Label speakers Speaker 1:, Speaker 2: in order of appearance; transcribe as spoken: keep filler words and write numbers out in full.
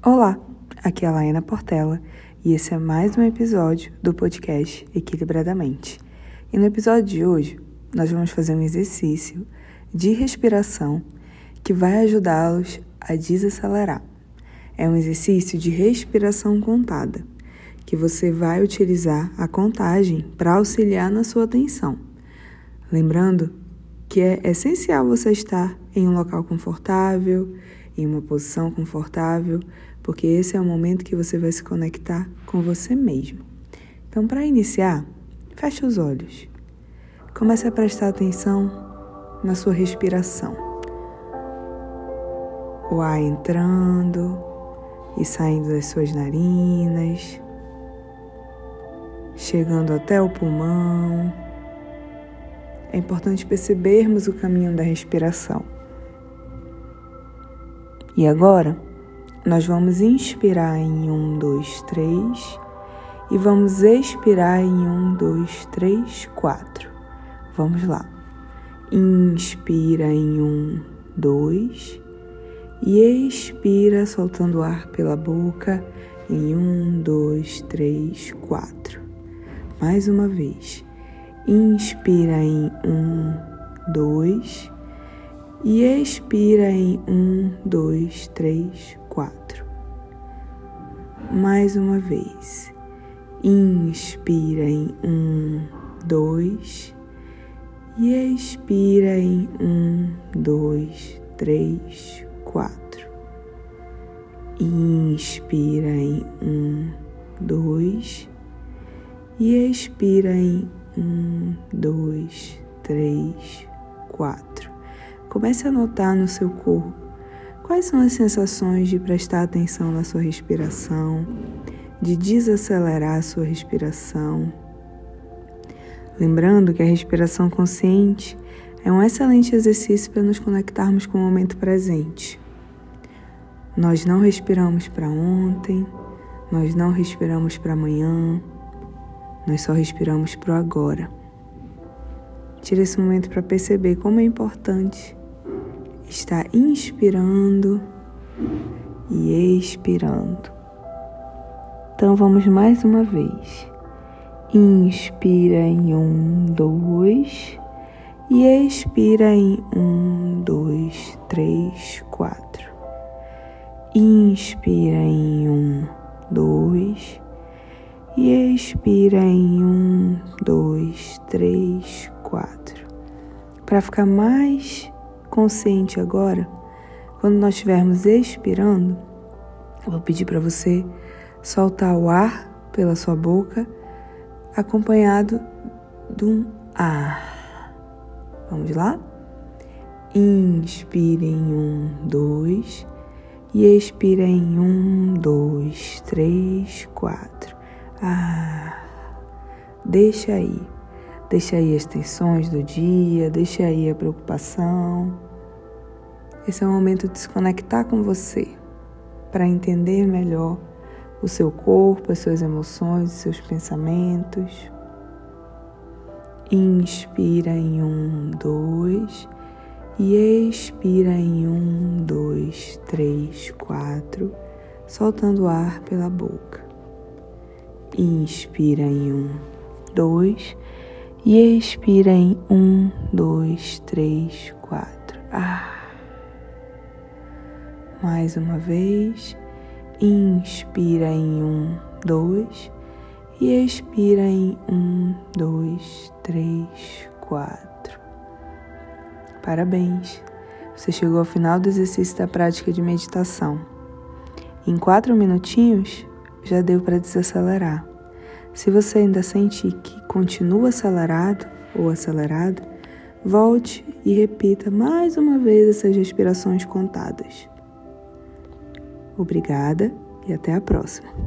Speaker 1: Olá, aqui é a Laena Portela e esse é mais um episódio do podcast Equilibradamente. E no episódio de hoje, nós vamos fazer um exercício de respiração que vai ajudá-los a desacelerar. É um exercício de respiração contada, que você vai utilizar a contagem para auxiliar na sua atenção. Lembrando que é essencial você estar em um local confortável, em uma posição confortável, porque esse é o momento que você vai se conectar com você mesmo. Então, para iniciar, feche os olhos. Comece a prestar atenção na sua respiração. O ar entrando e saindo das suas narinas, chegando até o pulmão. É importante percebermos o caminho da respiração. E agora, nós vamos inspirar em um, dois, três e vamos expirar em um, dois, três, quatro. Vamos lá. Inspira em um, dois e expira soltando o ar pela boca em um, dois, três, quatro. Mais uma vez. Inspira em um, dois e expira em um, dois, três, quatro. Mais uma vez. Inspira em um, dois e expira em um, dois, três, quatro. Inspira em um, dois e expira em um, dois, três, quatro. Comece a notar no seu corpo quais são as sensações de prestar atenção na sua respiração, de desacelerar a sua respiração. Lembrando que a respiração consciente é um excelente exercício para nos conectarmos com o momento presente. Nós não respiramos para ontem, nós não respiramos para amanhã, nós só respiramos para o agora. Tire esse momento para perceber como é importante estar inspirando e expirando. Então vamos mais uma vez. Inspira em um, dois e expira em um, dois, três, quatro. Inspira em um, dois e expira em um, dois, três, quatro. Para ficar mais consciente agora, quando nós estivermos expirando, eu vou pedir para você soltar o ar pela sua boca, acompanhado de um A. Vamos lá? Inspira em um, dois e expira em um, dois, três, quatro. Ah, deixa aí, deixa aí as tensões do dia, deixa aí a preocupação. Esse é o momento de se conectar com você, para entender melhor o seu corpo, as suas emoções, os seus pensamentos. Inspira em um, dois e expira em um, dois, três, quatro, soltando o ar pela boca. Inspira em um, dois e expira em um, dois, três, quatro. Ah. Mais uma vez. Inspira em um, dois e expira em um, dois, três, quatro. Parabéns! Você chegou ao final do exercício da prática de meditação. Em quatro minutinhos, já deu para desacelerar. Se você ainda sentir que continua acelerado ou acelerado, volte e repita mais uma vez essas respirações contadas. Obrigada e até a próxima.